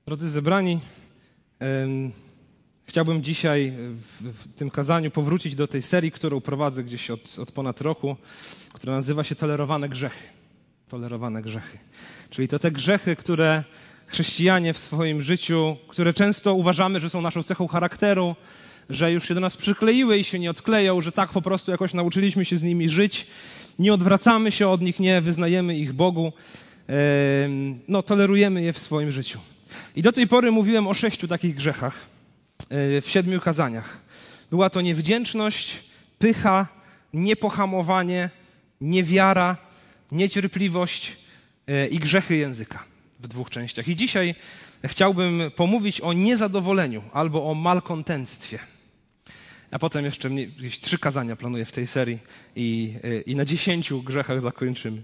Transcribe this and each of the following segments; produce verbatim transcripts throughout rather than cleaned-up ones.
Drodzy zebrani, em, chciałbym dzisiaj w, w tym kazaniu powrócić do tej serii, którą prowadzę gdzieś od, od ponad roku, która nazywa się Tolerowane grzechy. Tolerowane grzechy. Czyli to te grzechy, które chrześcijanie w swoim życiu, które często uważamy, że są naszą cechą charakteru, że już się do nas przykleiły i się nie odkleją, że tak po prostu jakoś nauczyliśmy się z nimi żyć, nie odwracamy się od nich, nie wyznajemy ich Bogu, em, no tolerujemy je w swoim życiu. I do tej pory mówiłem o sześciu takich grzechach w siedmiu kazaniach. Była to niewdzięczność, pycha, niepohamowanie, niewiara, niecierpliwość i grzechy języka w dwóch częściach. I dzisiaj chciałbym pomówić o niezadowoleniu albo o malkontenctwie. A potem jeszcze jakieś trzy kazania planuję w tej serii i, i na dziesięciu grzechach zakończymy.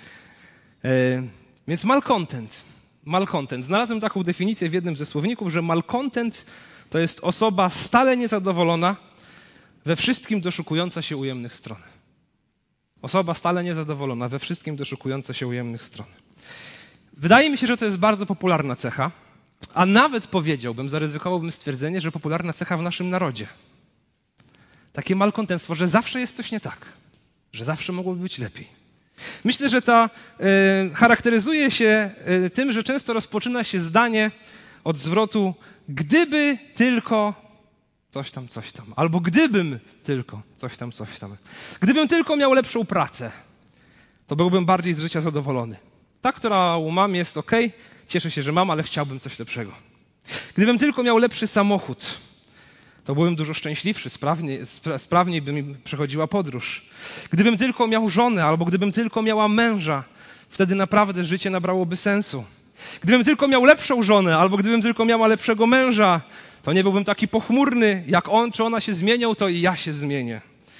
Więc malcontent. Malcontent. Znalazłem taką definicję w jednym ze słowników, że malcontent to jest osoba stale niezadowolona, we wszystkim doszukująca się ujemnych stron. Osoba stale niezadowolona, we wszystkim doszukująca się ujemnych stron. Wydaje mi się, że to jest bardzo popularna cecha, a nawet powiedziałbym, zaryzykowałbym stwierdzenie, że popularna cecha w naszym narodzie. Takie malkontentstwo, że zawsze jest coś nie tak, że zawsze mogłoby być lepiej. Myślę, że ta y, charakteryzuje się y, tym, że często rozpoczyna się zdanie od zwrotu gdyby tylko coś tam, coś tam. Albo gdybym tylko coś tam, coś tam. Gdybym tylko miał lepszą pracę, to byłbym bardziej z życia zadowolony. Ta, którą mam, jest ok, cieszę się, że mam, ale chciałbym coś lepszego. Gdybym tylko miał lepszy samochód, to byłem dużo szczęśliwszy, sprawniej, spra- sprawniej by mi przechodziła podróż. Gdybym tylko miał żonę, albo gdybym tylko miała męża, wtedy naprawdę życie nabrałoby sensu. Gdybym tylko miał lepszą żonę, albo gdybym tylko miała lepszego męża, to nie byłbym taki pochmurny, jak on czy ona się zmienią, to i ja się zmienię.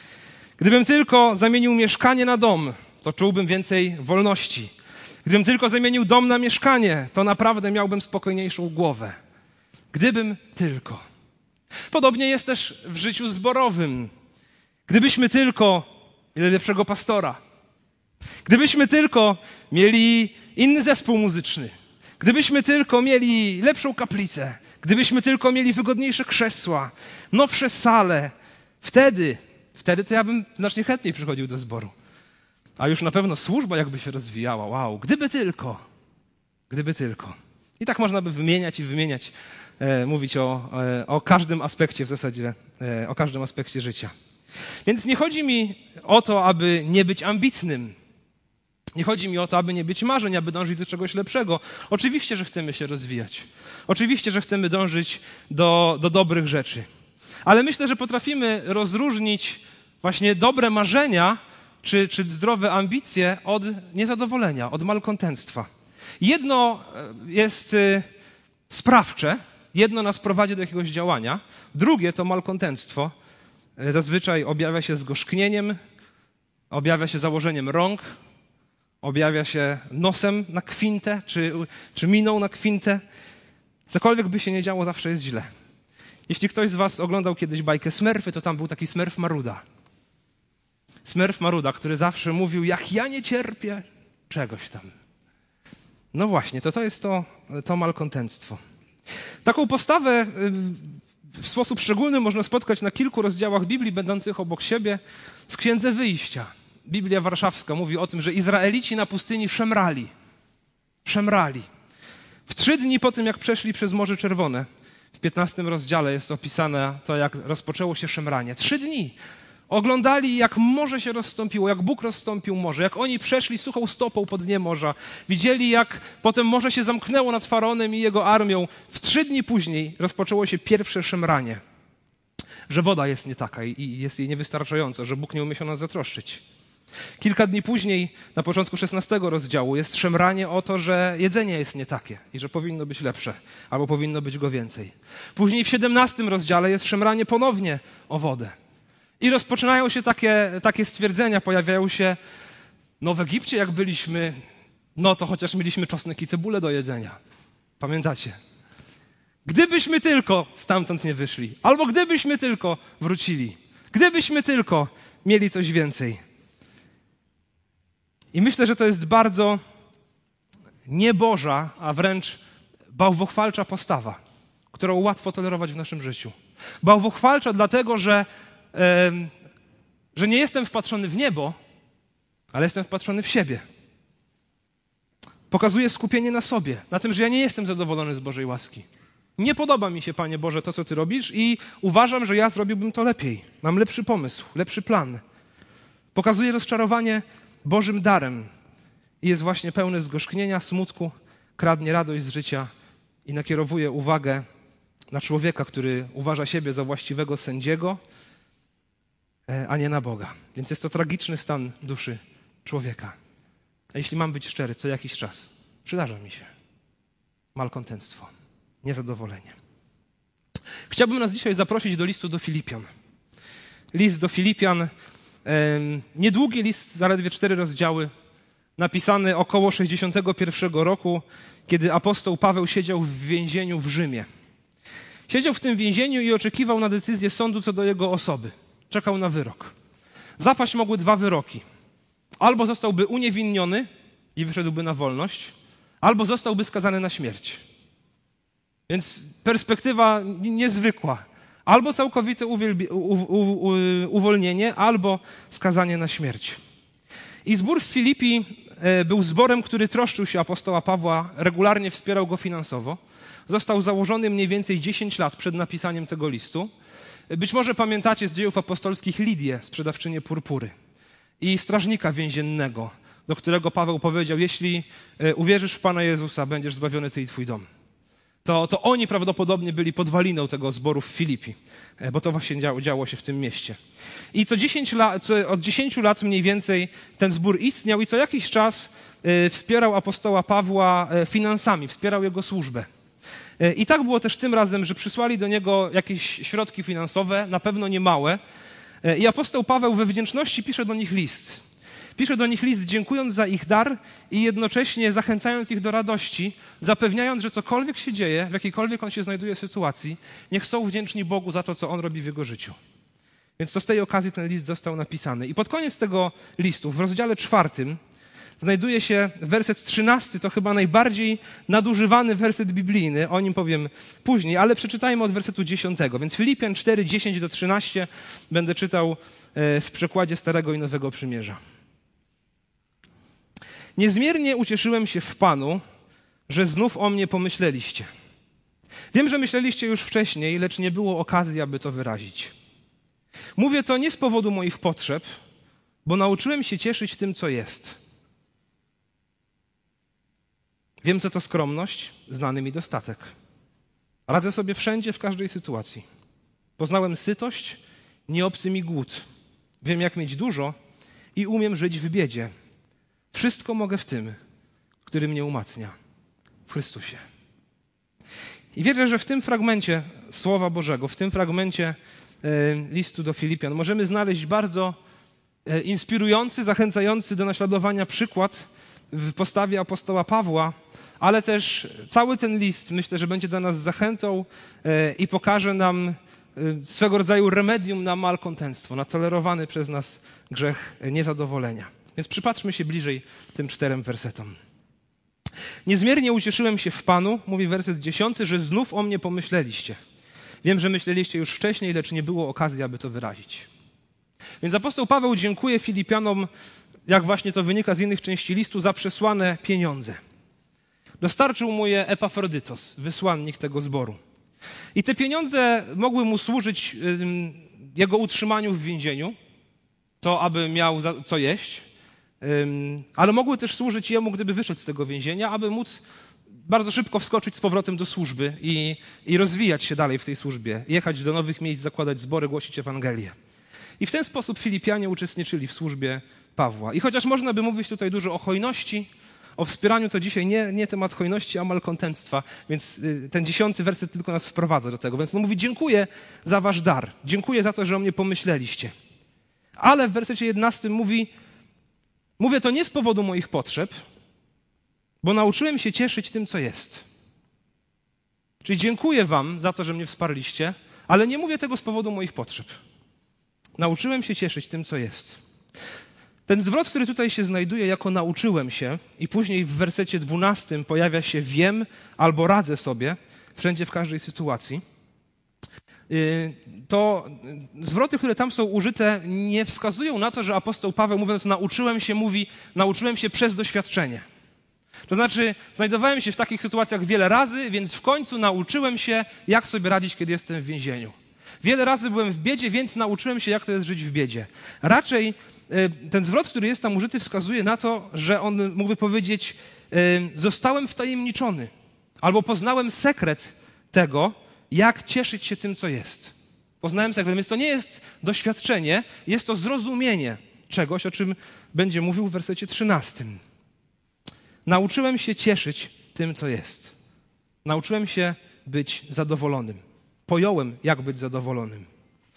Gdybym tylko zamienił mieszkanie na dom, to czułbym więcej wolności. Gdybym tylko zamienił dom na mieszkanie, to naprawdę miałbym spokojniejszą głowę. Gdybym tylko. Podobnie jest też w życiu zborowym. Gdybyśmy tylko mieli lepszego pastora, gdybyśmy tylko mieli inny zespół muzyczny, gdybyśmy tylko mieli lepszą kaplicę, gdybyśmy tylko mieli wygodniejsze krzesła, nowsze sale, wtedy, wtedy to ja bym znacznie chętniej przychodził do zboru. A już na pewno służba jakby się rozwijała. Wow, gdyby tylko, gdyby tylko. I tak można by wymieniać i wymieniać, e, mówić o, e, o każdym aspekcie w zasadzie, e, o każdym aspekcie życia. Więc nie chodzi mi o to, aby nie być ambitnym. Nie chodzi mi o to, aby nie być marzeń, aby dążyć do czegoś lepszego. Oczywiście, że chcemy się rozwijać. Oczywiście, że chcemy dążyć do, do dobrych rzeczy. Ale myślę, że potrafimy rozróżnić właśnie dobre marzenia czy, czy zdrowe ambicje od niezadowolenia, od malkontenstwa. Jedno jest y, sprawcze, jedno nas prowadzi do jakiegoś działania, drugie to malkontenstwo. Y, zazwyczaj objawia się zgorzknieniem, objawia się założeniem rąk, objawia się nosem na kwintę, czy, czy miną na kwintę. Cokolwiek by się nie działo, zawsze jest źle. Jeśli ktoś z was oglądał kiedyś bajkę Smurfy, to tam był taki Smurf Maruda. Smurf Maruda, który zawsze mówił, jak ja nie cierpię czegoś tam. No właśnie, to to jest to, to malkontenstwo. Taką postawę w sposób szczególny można spotkać na kilku rozdziałach Biblii, będących obok siebie w Księdze Wyjścia. Biblia Warszawska mówi o tym, że Izraelici na pustyni szemrali. Szemrali. W trzy dni po tym, jak przeszli przez Morze Czerwone, w piętnastym rozdziale jest opisane to, jak rozpoczęło się szemranie. Trzy dni. Oglądali, jak morze się rozstąpiło, jak Bóg rozstąpił morze, jak oni przeszli suchą stopą po dnie morza. Widzieli, jak potem morze się zamknęło nad Faraonem i jego armią. W trzy dni później rozpoczęło się pierwsze szemranie. Że woda jest nie taka i jest jej niewystarczająco, że Bóg nie umie się o nas zatroszczyć. Kilka dni później, na początku szesnastego rozdziału, jest szemranie o to, że jedzenie jest nie takie i że powinno być lepsze, albo powinno być go więcej. Później w siedemnastym rozdziale jest szemranie ponownie o wodę. I rozpoczynają się takie, takie stwierdzenia, pojawiają się, no w Egipcie jak byliśmy, no to chociaż mieliśmy czosnek i cebulę do jedzenia. Pamiętacie? Gdybyśmy tylko stamtąd nie wyszli, albo gdybyśmy tylko wrócili, gdybyśmy tylko mieli coś więcej. I myślę, że to jest bardzo nieboża, a wręcz bałwochwalcza postawa, którą łatwo tolerować w naszym życiu. Bałwochwalcza dlatego, że, e, że nie jestem wpatrzony w niebo, ale jestem wpatrzony w siebie. Pokazuje skupienie na sobie, na tym, że ja nie jestem zadowolony z Bożej łaski. Nie podoba mi się, Panie Boże, to, co Ty robisz i uważam, że ja zrobiłbym to lepiej. Mam lepszy pomysł, lepszy plan. Pokazuje rozczarowanie Bożym darem i jest właśnie pełny zgorzknienia, smutku, kradnie radość z życia i nakierowuje uwagę na człowieka, który uważa siebie za właściwego sędziego, a nie na Boga. Więc jest to tragiczny stan duszy człowieka. A jeśli mam być szczery, co jakiś czas przydarza mi się malkontenstwo, niezadowolenie. Chciałbym nas dzisiaj zaprosić do listu do Filipian. List do Filipian, niedługi list, zaledwie cztery rozdziały, napisany około sześćdziesiątego pierwszego roku, kiedy apostoł Paweł siedział w więzieniu w Rzymie. Siedział w tym więzieniu i oczekiwał na decyzję sądu co do jego osoby. Czekał na wyrok. Zapaść mogły dwa wyroki. Albo zostałby uniewinniony i wyszedłby na wolność, albo zostałby skazany na śmierć. Więc perspektywa niezwykła. Albo całkowite uwielbi- u- u- u- uwolnienie, albo skazanie na śmierć. I zbór w Filipi był zborem, który troszczył się apostoła Pawła, regularnie wspierał go finansowo. Został założony mniej więcej dziesięć lat przed napisaniem tego listu. Być może pamiętacie z dziejów apostolskich Lidię, sprzedawczynię purpury, i strażnika więziennego, do którego Paweł powiedział: jeśli uwierzysz w Pana Jezusa, będziesz zbawiony ty i twój dom. To, to oni prawdopodobnie byli podwaliną tego zboru w Filipi, bo to właśnie działo, działo się w tym mieście. I co dziesięć lat, co od dziesięciu lat mniej więcej ten zbór istniał i co jakiś czas y, wspierał apostoła Pawła y, finansami, wspierał jego służbę. Y, I tak było też tym razem, że przysłali do niego jakieś środki finansowe, na pewno nie małe. Y, I apostoł Paweł we wdzięczności pisze do nich list. Pisze do nich list, dziękując za ich dar i jednocześnie zachęcając ich do radości, zapewniając, że cokolwiek się dzieje, w jakiejkolwiek on się znajduje sytuacji, niech są wdzięczni Bogu za to, co on robi w jego życiu. Więc to z tej okazji ten list został napisany. I pod koniec tego listu, w rozdziale czwartym, znajduje się werset trzynasty, to chyba najbardziej nadużywany werset biblijny, o nim powiem później, ale przeczytajmy od wersetu dziesiątego. Więc Filipian cztery, dziesięć do trzynastu będę czytał w przekładzie Starego i Nowego Przymierza. Niezmiernie ucieszyłem się w Panu, że znów o mnie pomyśleliście. Wiem, że myśleliście już wcześniej, lecz nie było okazji, aby to wyrazić. Mówię to nie z powodu moich potrzeb, bo nauczyłem się cieszyć tym, co jest. Wiem, co to skromność, znany mi dostatek. Radzę sobie wszędzie, w każdej sytuacji. Poznałem sytość, nie obcy mi głód. Wiem, jak mieć dużo i umiem żyć w biedzie. Wszystko mogę w tym, który mnie umacnia, w Chrystusie. I wierzę, że w tym fragmencie Słowa Bożego, w tym fragmencie listu do Filipian możemy znaleźć bardzo inspirujący, zachęcający do naśladowania przykład w postawie apostoła Pawła, ale też cały ten list, myślę, że będzie dla nas zachętą i pokaże nam swego rodzaju remedium na malkontenstwo, na tolerowany przez nas grzech niezadowolenia. Więc przypatrzmy się bliżej tym czterem wersetom. Niezmiernie ucieszyłem się w Panu, mówi werset dziesiąty, że znów o mnie pomyśleliście. Wiem, że myśleliście już wcześniej, lecz nie było okazji, aby to wyrazić. Więc apostoł Paweł dziękuje Filipianom, jak właśnie to wynika z innych części listu, za przesłane pieniądze. Dostarczył mu je Epafrodytos, wysłannik tego zboru. I te pieniądze mogły mu służyć ym, jego utrzymaniu w więzieniu, to aby miał za, co jeść, ym, ale mogły też służyć jemu, gdyby wyszedł z tego więzienia, aby móc bardzo szybko wskoczyć z powrotem do służby i, i rozwijać się dalej w tej służbie, jechać do nowych miejsc, zakładać zbory, głosić Ewangelię. I w ten sposób Filipianie uczestniczyli w służbie Pawła. I chociaż można by mówić tutaj dużo o hojności, o wspieraniu, to dzisiaj nie, nie temat hojności, a malkontentstwa, więc ten dziesiąty werset tylko nas wprowadza do tego. Więc on mówi: dziękuję za wasz dar, dziękuję za to, że o mnie pomyśleliście. Ale w wersecie jedenastym mówi: mówię to nie z powodu moich potrzeb, bo nauczyłem się cieszyć tym, co jest. Czyli dziękuję wam za to, że mnie wsparliście, ale nie mówię tego z powodu moich potrzeb. Nauczyłem się cieszyć tym, co jest. Ten zwrot, który tutaj się znajduje jako nauczyłem się i później w wersecie dwunastym pojawia się wiem albo radzę sobie, wszędzie w każdej sytuacji, to zwroty, które tam są użyte, nie wskazują na to, że apostoł Paweł, mówiąc nauczyłem się, mówi nauczyłem się przez doświadczenie. To znaczy znajdowałem się w takich sytuacjach wiele razy, więc w końcu nauczyłem się, jak sobie radzić, kiedy jestem w więzieniu. Wiele razy byłem w biedzie, więc nauczyłem się, jak to jest żyć w biedzie. Raczej ten zwrot, który jest tam użyty, wskazuje na to, że on mógłby powiedzieć zostałem wtajemniczony albo poznałem sekret tego, jak cieszyć się tym, co jest. Poznałem sekret, więc to nie jest doświadczenie, jest to zrozumienie czegoś, o czym będzie mówił w wersecie trzynastym. Nauczyłem się cieszyć tym, co jest. Nauczyłem się być zadowolonym. Pojąłem, jak być zadowolonym.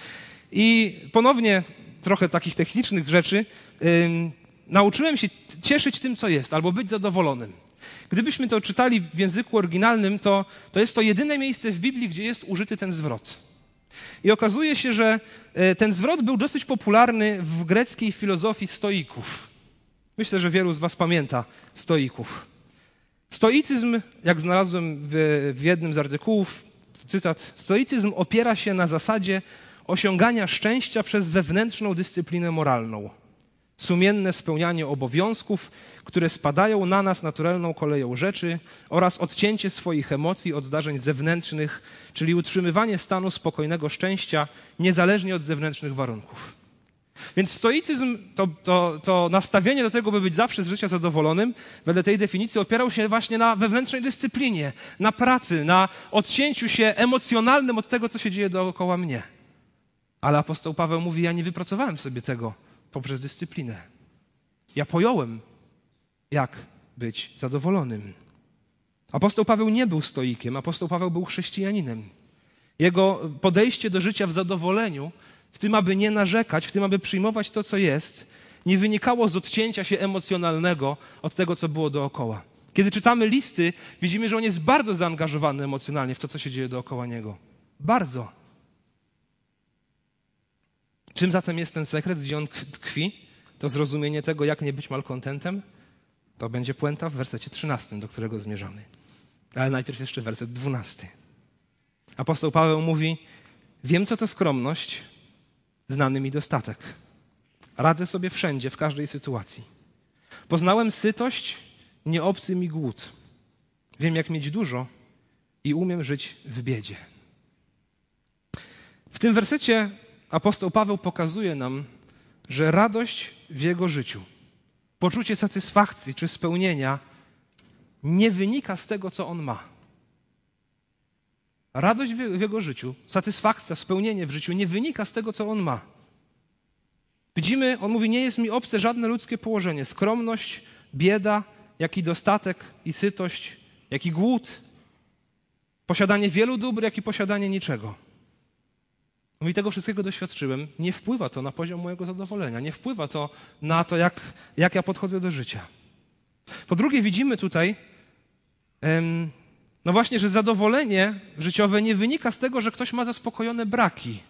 I ponownie trochę takich technicznych rzeczy. Yy, nauczyłem się cieszyć tym, co jest, albo być zadowolonym. Gdybyśmy to czytali w języku oryginalnym, to, to jest to jedyne miejsce w Biblii, gdzie jest użyty ten zwrot. I okazuje się, że ten zwrot był dosyć popularny w greckiej filozofii stoików. Myślę, że wielu z was pamięta stoików. Stoicyzm, jak znalazłem w, w jednym z artykułów, cytat, stoicyzm opiera się na zasadzie osiągania szczęścia przez wewnętrzną dyscyplinę moralną. Sumienne spełnianie obowiązków, które spadają na nas naturalną koleją rzeczy oraz odcięcie swoich emocji od zdarzeń zewnętrznych, czyli utrzymywanie stanu spokojnego szczęścia niezależnie od zewnętrznych warunków. Więc stoicyzm, to, to, to nastawienie do tego, by być zawsze z życia zadowolonym, wedle tej definicji opierał się właśnie na wewnętrznej dyscyplinie, na pracy, na odcięciu się emocjonalnym od tego, co się dzieje dookoła mnie. Ale apostoł Paweł mówi, ja nie wypracowałem sobie tego poprzez dyscyplinę. Ja pojąłem, jak być zadowolonym. Apostoł Paweł nie był stoikiem, apostoł Paweł był chrześcijaninem. Jego podejście do życia w zadowoleniu, w tym, aby nie narzekać, w tym, aby przyjmować to, co jest, nie wynikało z odcięcia się emocjonalnego od tego, co było dookoła. Kiedy czytamy listy, widzimy, że on jest bardzo zaangażowany emocjonalnie w to, co się dzieje dookoła niego. Bardzo. Czym zatem jest ten sekret, gdzie on tkwi? To zrozumienie tego, jak nie być malkontentem? To będzie puenta w wersecie trzynastym, do którego zmierzamy. Ale najpierw jeszcze werset dwunasty. Apostoł Paweł mówi, wiem, co to skromność, znany mi dostatek. Radzę sobie wszędzie, w każdej sytuacji. Poznałem sytość, nie obcy mi głód. Wiem, jak mieć dużo i umiem żyć w biedzie. W tym wersecie apostoł Paweł pokazuje nam, że radość w jego życiu, poczucie satysfakcji czy spełnienia nie wynika z tego, co on ma. Radość w jego życiu, satysfakcja, spełnienie w życiu nie wynika z tego, co on ma. Widzimy, on mówi, nie jest mi obce żadne ludzkie położenie. Skromność, bieda, jak i dostatek i sytość, jak i głód. Posiadanie wielu dóbr, jak i posiadanie niczego. Mówi, tego wszystkiego doświadczyłem. Nie wpływa to na poziom mojego zadowolenia. Nie wpływa to na to, jak, jak ja podchodzę do życia. Po drugie, widzimy tutaj, em, no właśnie, że zadowolenie życiowe nie wynika z tego, że ktoś ma zaspokojone braki.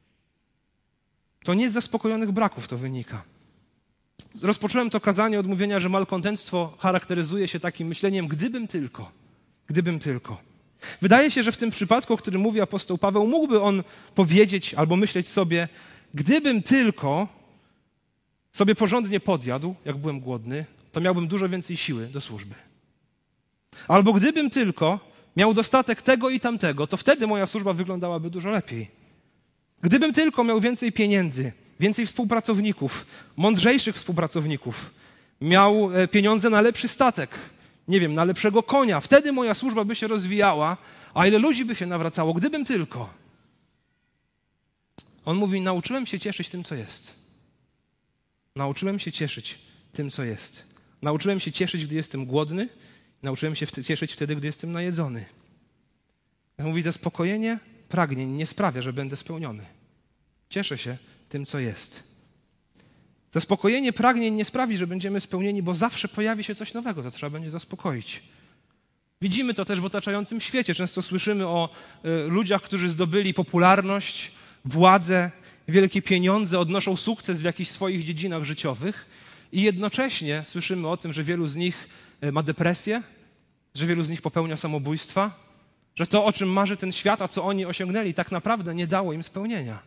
To nie z zaspokojonych braków to wynika. Rozpocząłem to kazanie od mówienia, że malkontenstwo charakteryzuje się takim myśleniem, gdybym tylko, gdybym tylko. Wydaje się, że w tym przypadku, o którym mówi apostoł Paweł, mógłby on powiedzieć albo myśleć sobie, gdybym tylko sobie porządnie podjadł, jak byłem głodny, to miałbym dużo więcej siły do służby. Albo gdybym tylko miał dostatek tego i tamtego, to wtedy moja służba wyglądałaby dużo lepiej. Gdybym tylko miał więcej pieniędzy, więcej współpracowników, mądrzejszych współpracowników, miał pieniądze na lepszy statek, nie wiem, na lepszego konia, wtedy moja służba by się rozwijała, a ile ludzi by się nawracało, gdybym tylko. On mówi, nauczyłem się cieszyć tym, co jest. Nauczyłem się cieszyć tym, co jest. Nauczyłem się cieszyć, gdy jestem głodny, nauczyłem się cieszyć wtedy, gdy jestem najedzony. On mówi, zaspokojenie pragnień nie sprawia, że będę spełniony. Cieszę się tym, co jest. Zaspokojenie pragnień nie sprawi, że będziemy spełnieni, bo zawsze pojawi się coś nowego, co trzeba będzie zaspokoić. Widzimy to też w otaczającym świecie. Często słyszymy o y, ludziach, którzy zdobyli popularność, władzę, wielkie pieniądze, odnoszą sukces w jakichś swoich dziedzinach życiowych, i jednocześnie słyszymy o tym, że wielu z nich ma depresję, że wielu z nich popełnia samobójstwa, że to, o czym marzy ten świat, a co oni osiągnęli, tak naprawdę nie dało im spełnienia.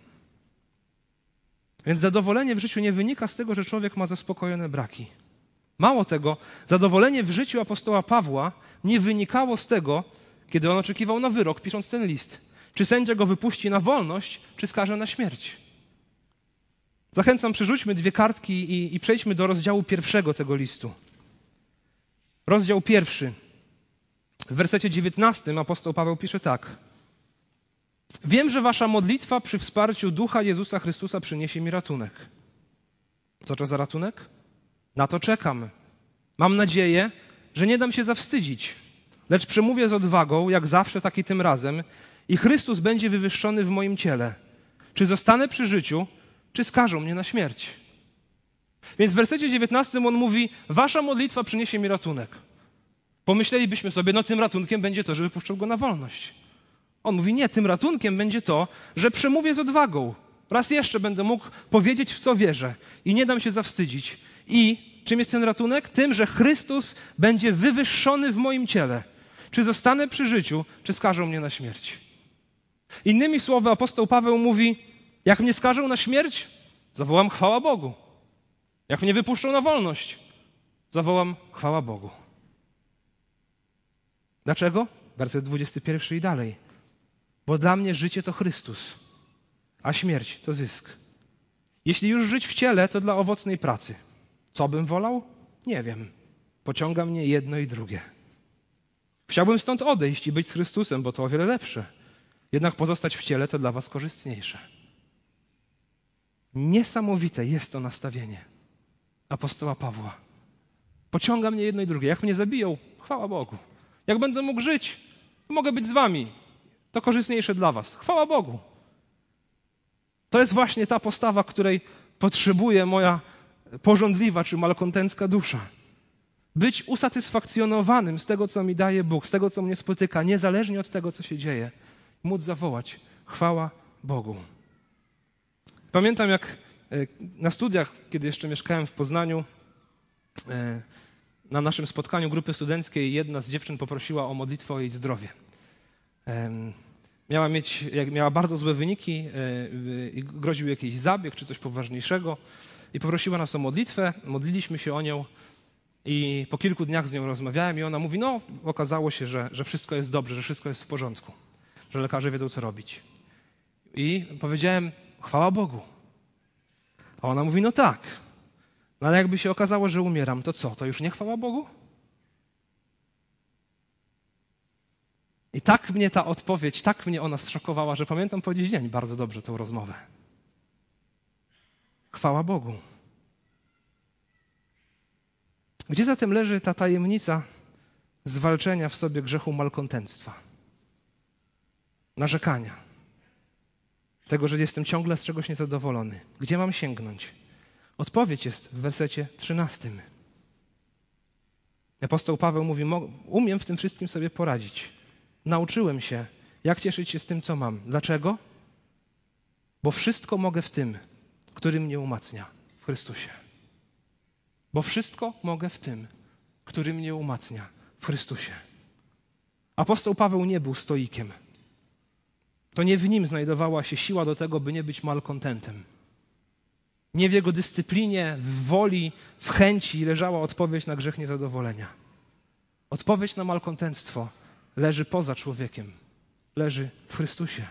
Więc zadowolenie w życiu nie wynika z tego, że człowiek ma zaspokojone braki. Mało tego, zadowolenie w życiu apostoła Pawła nie wynikało z tego, kiedy on oczekiwał na wyrok, pisząc ten list. Czy sędzia go wypuści na wolność, czy skaże na śmierć. Zachęcam, przerzućmy dwie kartki i, i przejdźmy do rozdziału pierwszego tego listu. Rozdział pierwszy. W wersecie dziewiętnastym apostoł Paweł pisze tak. Wiem, że wasza modlitwa przy wsparciu Ducha Jezusa Chrystusa przyniesie mi ratunek. Co to za ratunek? Na to czekam. Mam nadzieję, że nie dam się zawstydzić, lecz przemówię z odwagą, jak zawsze, tak i tym razem, i Chrystus będzie wywyższony w moim ciele. Czy zostanę przy życiu, czy skażą mnie na śmierć. Więc w wersecie dziewiętnastym on mówi, wasza modlitwa przyniesie mi ratunek. Pomyślelibyśmy sobie, no tym ratunkiem będzie to, że wypuszczą go na wolność. On mówi, nie, tym ratunkiem będzie to, że przemówię z odwagą. Raz jeszcze będę mógł powiedzieć, w co wierzę i nie dam się zawstydzić. I czym jest ten ratunek? Tym, że Chrystus będzie wywyższony w moim ciele. Czy zostanę przy życiu, czy skażą mnie na śmierć. Innymi słowy, apostoł Paweł mówi, jak mnie skażą na śmierć, zawołam chwała Bogu. Jak mnie wypuszczą na wolność, zawołam chwała Bogu. Dlaczego? Werset dwudziesty pierwszy i dalej. Bo dla mnie życie to Chrystus, a śmierć to zysk. Jeśli już żyć w ciele, to dla owocnej pracy. Co bym wolał? Nie wiem. Pociąga mnie jedno i drugie. Chciałbym stąd odejść i być z Chrystusem, bo to o wiele lepsze. Jednak pozostać w ciele to dla was korzystniejsze. Niesamowite jest to nastawienie apostoła Pawła. Pociąga mnie jedno i drugie. Jak mnie zabiją, chwała Bogu. Jak będę mógł żyć, mogę być z wami. To korzystniejsze dla was. Chwała Bogu. To jest właśnie ta postawa, której potrzebuje moja pożądliwa czy malkontencka dusza. Być usatysfakcjonowanym z tego, co mi daje Bóg, z tego, co mnie spotyka, niezależnie od tego, co się dzieje. Móc zawołać chwała Bogu. Pamiętam, jak na studiach, kiedy jeszcze mieszkałem w Poznaniu, na naszym spotkaniu grupy studenckiej jedna z dziewczyn poprosiła o modlitwę o jej zdrowie. Miała mieć, miała bardzo złe wyniki i groził jakiś zabieg czy coś poważniejszego i poprosiła nas o modlitwę, modliliśmy się o nią i po kilku dniach z nią rozmawiałem i ona mówi, no okazało się, że, że wszystko jest dobrze, że wszystko jest w porządku, że lekarze wiedzą, co robić. I powiedziałem, chwała Bogu. A ona mówi, no tak, no ale jakby się okazało, że umieram, to co, to już nie chwała Bogu? I tak mnie ta odpowiedź, tak mnie ona zszokowała, że pamiętam po dziś dzień bardzo dobrze tę rozmowę. Chwała Bogu. Gdzie zatem leży ta tajemnica zwalczenia w sobie grzechu malkontenctwa? Narzekania. Tego, że jestem ciągle z czegoś niezadowolony. Gdzie mam sięgnąć? Odpowiedź jest w wersecie trzynastym. Apostoł Paweł mówi, umiem w tym wszystkim sobie poradzić. Nauczyłem się, jak cieszyć się z tym, co mam. Dlaczego? Bo wszystko mogę w tym, który mnie umacnia, w Chrystusie. Bo wszystko mogę w tym, który mnie umacnia, w Chrystusie. Apostoł Paweł nie był stoikiem. To nie w nim znajdowała się siła do tego, by nie być malkontentem. Nie w jego dyscyplinie, w woli, w chęci leżała odpowiedź na grzech niezadowolenia. Odpowiedź na malkontenctwo leży poza człowiekiem. Leży w Chrystusie.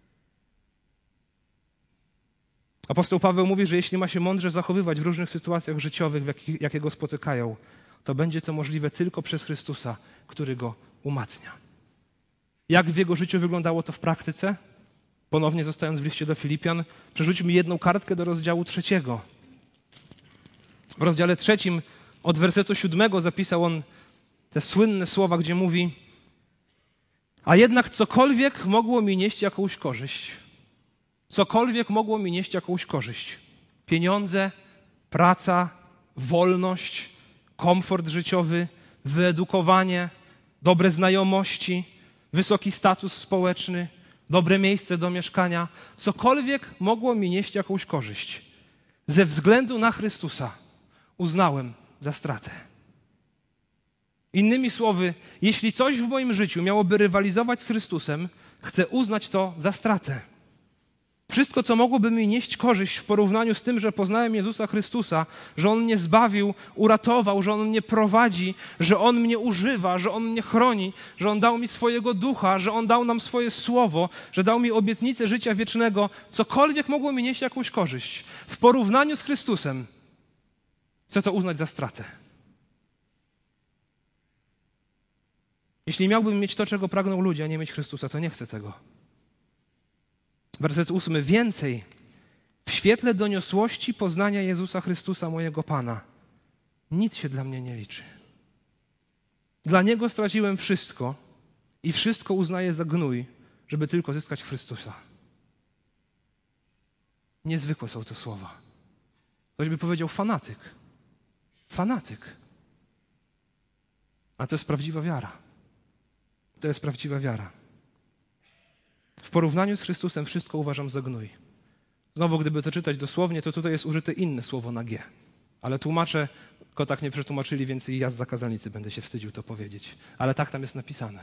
Apostoł Paweł mówi, że jeśli ma się mądrze zachowywać w różnych sytuacjach życiowych, w jakie go spotykają, to będzie to możliwe tylko przez Chrystusa, który go umacnia. Jak w jego życiu wyglądało to w praktyce? Ponownie zostając w liście do Filipian, przerzućmy jedną kartkę do rozdziału trzeciego. W rozdziale trzecim od wersetu siódmego zapisał on te słynne słowa, gdzie mówi: a jednak cokolwiek mogło mi nieść jakąś korzyść, cokolwiek mogło mi nieść jakąś korzyść, pieniądze, praca, wolność, komfort życiowy, wyedukowanie, dobre znajomości, wysoki status społeczny, dobre miejsce do mieszkania, cokolwiek mogło mi nieść jakąś korzyść. Ze względu na Chrystusa uznałem za stratę. Innymi słowy, jeśli coś w moim życiu miałoby rywalizować z Chrystusem, chcę uznać to za stratę. Wszystko, co mogłoby mi nieść korzyść w porównaniu z tym, że poznałem Jezusa Chrystusa, że On mnie zbawił, uratował, że On mnie prowadzi, że On mnie używa, że On mnie chroni, że On dał mi swojego ducha, że On dał nam swoje słowo, że dał mi obietnicę życia wiecznego, cokolwiek mogło mi nieść jakąś korzyść. W porównaniu z Chrystusem chcę to uznać za stratę. Jeśli miałbym mieć to, czego pragną ludzie, a nie mieć Chrystusa, to nie chcę tego. Werset ósmy. Więcej, w świetle doniosłości poznania Jezusa Chrystusa, mojego Pana, nic się dla mnie nie liczy. Dla Niego straciłem wszystko i wszystko uznaję za gnój, żeby tylko zyskać Chrystusa. Niezwykłe są to słowa. Ktoś by powiedział fanatyk. Fanatyk. A to jest prawdziwa wiara. To jest prawdziwa wiara. W porównaniu z Chrystusem wszystko uważam za gnój. Znowu, gdyby to czytać dosłownie, to tutaj jest użyte inne słowo na G. Ale tłumacze go tak nie przetłumaczyli, więc i ja z zakazalnicy będę się wstydził to powiedzieć. Ale tak tam jest napisane.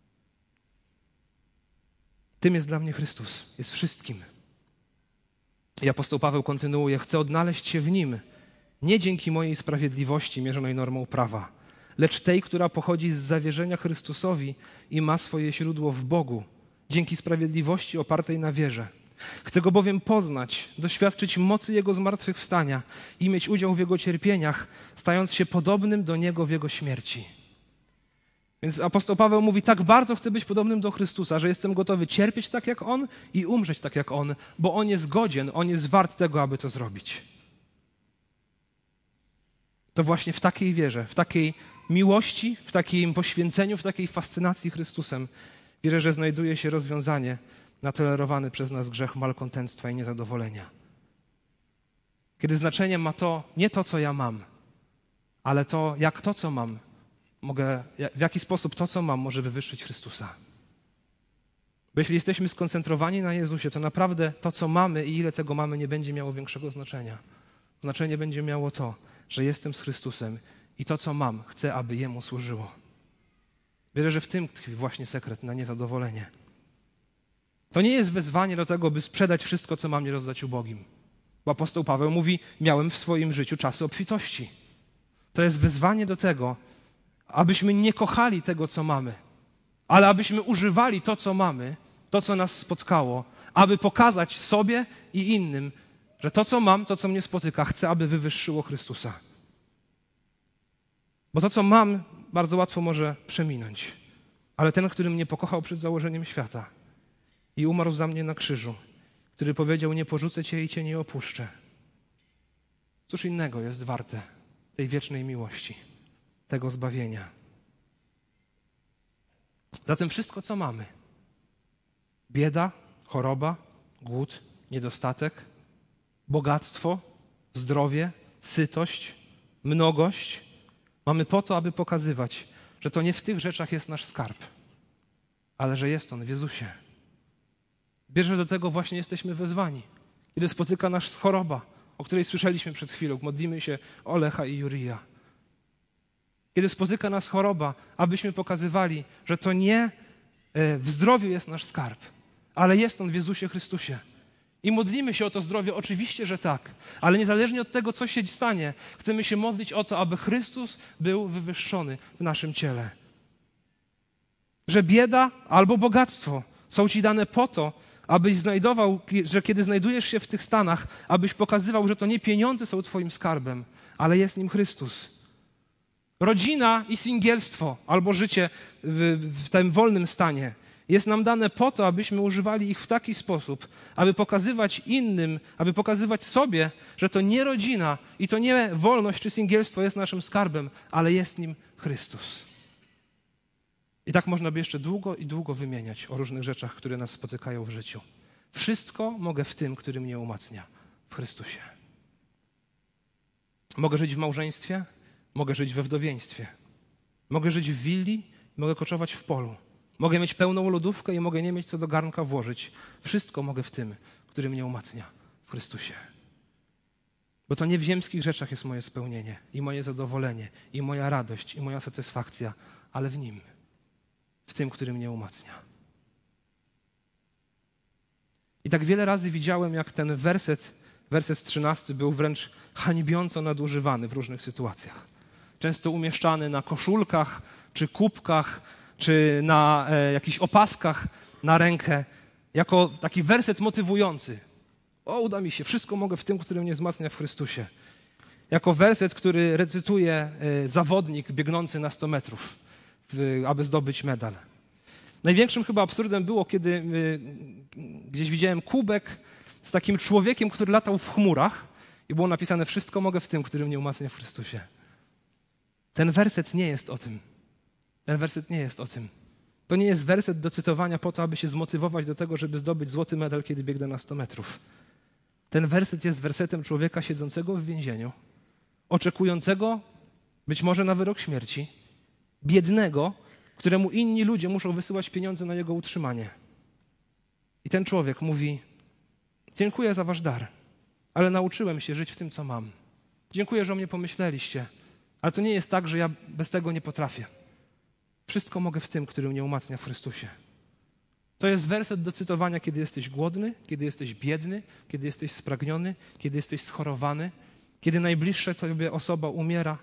Tym jest dla mnie Chrystus. Jest wszystkim. I apostoł Paweł kontynuuje. Chcę odnaleźć się w Nim, nie dzięki mojej sprawiedliwości mierzonej normą prawa, lecz tej, która pochodzi z zawierzenia Chrystusowi i ma swoje źródło w Bogu, dzięki sprawiedliwości opartej na wierze. Chcę Go bowiem poznać, doświadczyć mocy Jego zmartwychwstania i mieć udział w Jego cierpieniach, stając się podobnym do Niego w Jego śmierci. Więc apostoł Paweł mówi, tak bardzo chcę być podobnym do Chrystusa, że jestem gotowy cierpieć tak jak On i umrzeć tak jak On, bo On jest godzien, On jest wart tego, aby to zrobić. To właśnie w takiej wierze, w takiej miłości, w takim poświęceniu, w takiej fascynacji Chrystusem wierzę, że znajduje się rozwiązanie na tolerowany przez nas grzech malkontenstwa i niezadowolenia. Kiedy znaczeniem ma to nie to, co ja mam, ale to, jak to, co mam, mogę, w jaki sposób to, co mam, może wywyższyć Chrystusa. Bo jeśli jesteśmy skoncentrowani na Jezusie, to naprawdę to, co mamy i ile tego mamy, nie będzie miało większego znaczenia. Znaczenie będzie miało to, że jestem z Chrystusem i to, co mam, chcę, aby Jemu służyło. Wierzę, że w tym tkwi właśnie sekret na niezadowolenie. To nie jest wezwanie do tego, by sprzedać wszystko, co mam, nie rozdać ubogim. Bo apostoł Paweł mówi, miałem w swoim życiu czasy obfitości. To jest wezwanie do tego, abyśmy nie kochali tego, co mamy, ale abyśmy używali to, co mamy, to, co nas spotkało, aby pokazać sobie i innym, że to, co mam, to, co mnie spotyka, chcę, aby wywyższyło Chrystusa. Bo to, co mam, bardzo łatwo może przeminąć. Ale ten, który mnie pokochał przed założeniem świata i umarł za mnie na krzyżu, który powiedział, nie porzucę Cię i Cię nie opuszczę. Cóż innego jest warte tej wiecznej miłości, tego zbawienia. Zatem wszystko, co mamy, bieda, choroba, głód, niedostatek, bogactwo, zdrowie, sytość, mnogość, mamy po to, aby pokazywać, że to nie w tych rzeczach jest nasz skarb, ale że jest on w Jezusie. Bierze do tego właśnie jesteśmy wezwani. Kiedy spotyka nas choroba, o której słyszeliśmy przed chwilą, modlimy się o Lecha i Jurija. Kiedy spotyka nas choroba, abyśmy pokazywali, że to nie w zdrowiu jest nasz skarb, ale jest on w Jezusie Chrystusie. I modlimy się o to zdrowie, oczywiście, że tak, ale niezależnie od tego, co się stanie, chcemy się modlić o to, aby Chrystus był wywyższony w naszym ciele. Że bieda albo bogactwo są Ci dane po to, abyś znajdował, że kiedy znajdujesz się w tych stanach, abyś pokazywał, że to nie pieniądze są Twoim skarbem, ale jest nim Chrystus. Rodzina i singielstwo albo życie w, w tym wolnym stanie jest nam dane po to, abyśmy używali ich w taki sposób, aby pokazywać innym, aby pokazywać sobie, że to nie rodzina i to nie wolność czy singielstwo jest naszym skarbem, ale jest nim Chrystus. I tak można by jeszcze długo i długo wymieniać o różnych rzeczach, które nas spotykają w życiu. Wszystko mogę w tym, który mnie umacnia, w Chrystusie. Mogę żyć w małżeństwie, mogę żyć we wdowieństwie. Mogę żyć w willi, mogę koczować w polu. Mogę mieć pełną lodówkę i mogę nie mieć co do garnka włożyć. Wszystko mogę w tym, który mnie umacnia, w Chrystusie. Bo to nie w ziemskich rzeczach jest moje spełnienie i moje zadowolenie, i moja radość, i moja satysfakcja, ale w Nim, w tym, który mnie umacnia. I tak wiele razy widziałem, jak ten werset, werset trzynasty był wręcz hańbiąco nadużywany w różnych sytuacjach. Często umieszczany na koszulkach, czy kubkach, czy na e, jakichś opaskach na rękę, jako taki werset motywujący. O, uda mi się, wszystko mogę w tym, który mnie wzmacnia w Chrystusie. Jako werset, który recytuje e, zawodnik biegnący na sto metrów, w, aby zdobyć medal. Największym chyba absurdem było, kiedy y, gdzieś widziałem kubek z takim człowiekiem, który latał w chmurach i było napisane: wszystko mogę w tym, który mnie umacnia w Chrystusie. Ten werset nie jest o tym. Ten werset nie jest o tym. To nie jest werset do cytowania po to, aby się zmotywować do tego, żeby zdobyć złoty medal, kiedy biegnę na sto metrów. Ten werset jest wersetem człowieka siedzącego w więzieniu, oczekującego być może na wyrok śmierci, biednego, któremu inni ludzie muszą wysyłać pieniądze na jego utrzymanie. I ten człowiek mówi: dziękuję za wasz dar, ale nauczyłem się żyć w tym, co mam. Dziękuję, że o mnie pomyśleliście, ale to nie jest tak, że ja bez tego nie potrafię. Wszystko mogę w tym, który mnie umacnia w Chrystusie. To jest werset do cytowania, kiedy jesteś głodny, kiedy jesteś biedny, kiedy jesteś spragniony, kiedy jesteś schorowany, kiedy najbliższa tobie osoba umiera.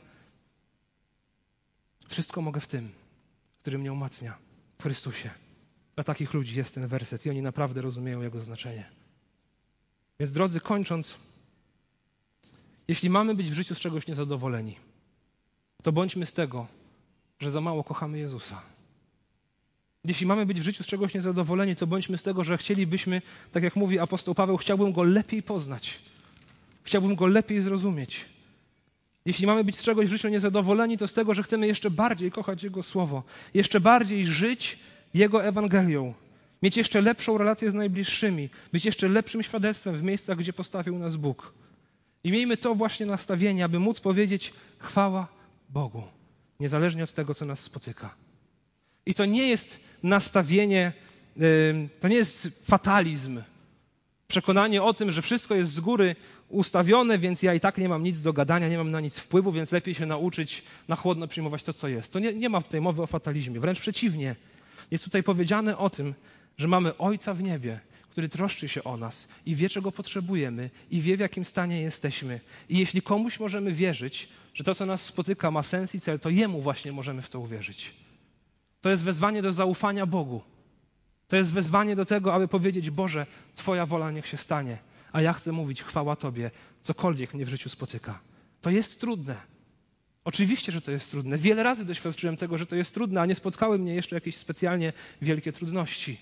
Wszystko mogę w tym, który mnie umacnia w Chrystusie. Dla takich ludzi jest ten werset i oni naprawdę rozumieją jego znaczenie. Więc drodzy, kończąc, jeśli mamy być w życiu z czegoś niezadowoleni, to bądźmy z tego, że za mało kochamy Jezusa. Jeśli mamy być w życiu z czegoś niezadowoleni, to bądźmy z tego, że chcielibyśmy, tak jak mówi apostoł Paweł, chciałbym Go lepiej poznać. Chciałbym Go lepiej zrozumieć. Jeśli mamy być z czegoś w życiu niezadowoleni, to z tego, że chcemy jeszcze bardziej kochać Jego Słowo, jeszcze bardziej żyć Jego Ewangelią, mieć jeszcze lepszą relację z najbliższymi, być jeszcze lepszym świadectwem w miejscach, gdzie postawił nas Bóg. I miejmy to właśnie nastawienie, aby móc powiedzieć: chwała Bogu, niezależnie od tego, co nas spotyka. I to nie jest nastawienie, to nie jest fatalizm, przekonanie o tym, że wszystko jest z góry ustawione, więc ja i tak nie mam nic do gadania, nie mam na nic wpływu, więc lepiej się nauczyć na chłodno przyjmować to, co jest. To nie, nie ma tutaj mowy o fatalizmie, wręcz przeciwnie. Jest tutaj powiedziane o tym, że mamy Ojca w niebie, który troszczy się o nas i wie, czego potrzebujemy i wie, w jakim stanie jesteśmy. I jeśli komuś możemy wierzyć, że to, co nas spotyka, ma sens i cel, to Jemu właśnie możemy w to uwierzyć. To jest wezwanie do zaufania Bogu. To jest wezwanie do tego, aby powiedzieć: Boże, Twoja wola niech się stanie, a ja chcę mówić chwała Tobie, cokolwiek mnie w życiu spotyka. To jest trudne. Oczywiście, że to jest trudne. Wiele razy doświadczyłem tego, że to jest trudne, a nie spotkały mnie jeszcze jakieś specjalnie wielkie trudności.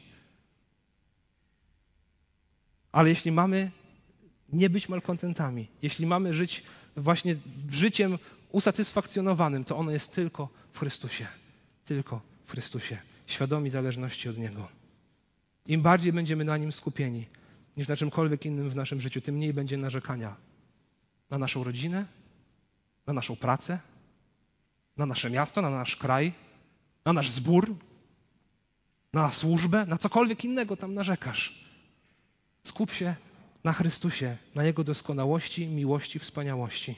Ale jeśli mamy nie być malkontentami, jeśli mamy żyć właśnie życiem usatysfakcjonowanym, to ono jest tylko w Chrystusie. Tylko w Chrystusie. Świadomi zależności od Niego. Im bardziej będziemy na Nim skupieni niż na czymkolwiek innym w naszym życiu, tym mniej będzie narzekania na naszą rodzinę, na naszą pracę, na nasze miasto, na nasz kraj, na nasz zbór, na służbę, na cokolwiek innego tam narzekasz. Skup się na Chrystusie, na Jego doskonałości, miłości, wspaniałości.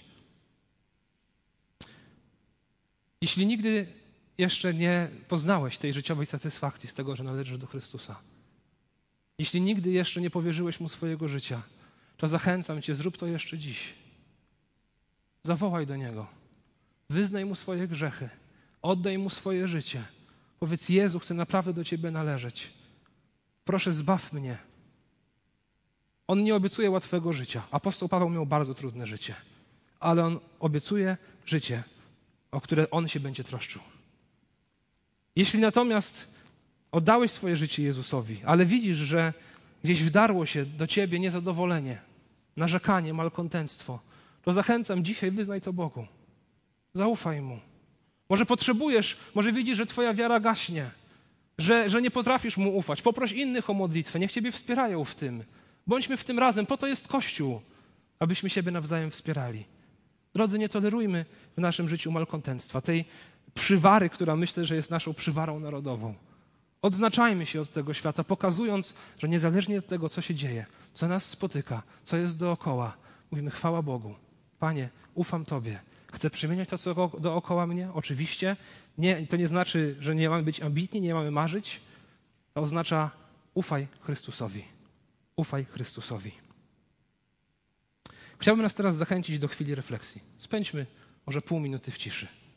Jeśli nigdy jeszcze nie poznałeś tej życiowej satysfakcji z tego, że należysz do Chrystusa, jeśli nigdy jeszcze nie powierzyłeś Mu swojego życia, to zachęcam Cię, zrób to jeszcze dziś. Zawołaj do Niego. Wyznaj Mu swoje grzechy. Oddaj Mu swoje życie. Powiedz: Jezu, chcę naprawdę do Ciebie należeć. Proszę, zbaw mnie. On nie obiecuje łatwego życia. Apostoł Paweł miał bardzo trudne życie. Ale on obiecuje życie, o które on się będzie troszczył. Jeśli natomiast oddałeś swoje życie Jezusowi, ale widzisz, że gdzieś wdarło się do ciebie niezadowolenie, narzekanie, malkontenstwo, to zachęcam dzisiaj, wyznaj to Bogu. Zaufaj Mu. Może potrzebujesz, może widzisz, że twoja wiara gaśnie, że, że nie potrafisz Mu ufać. Poproś innych o modlitwę, niech ciebie wspierają w tym. Bądźmy w tym razem, po to jest Kościół, abyśmy siebie nawzajem wspierali. Drodzy, nie tolerujmy w naszym życiu malkontenstwa, tej przywary, która myślę, że jest naszą przywarą narodową. Odznaczajmy się od tego świata, pokazując, że niezależnie od tego, co się dzieje, co nas spotyka, co jest dookoła, mówimy: chwała Bogu, Panie, ufam Tobie. Chcę przemieniać to, co dookoła mnie? Oczywiście. Nie, to nie znaczy, że nie mamy być ambitni, nie mamy marzyć. To oznacza ufaj Chrystusowi. Ufaj Chrystusowi. Chciałbym nas teraz zachęcić do chwili refleksji. Spędźmy może pół minuty w ciszy.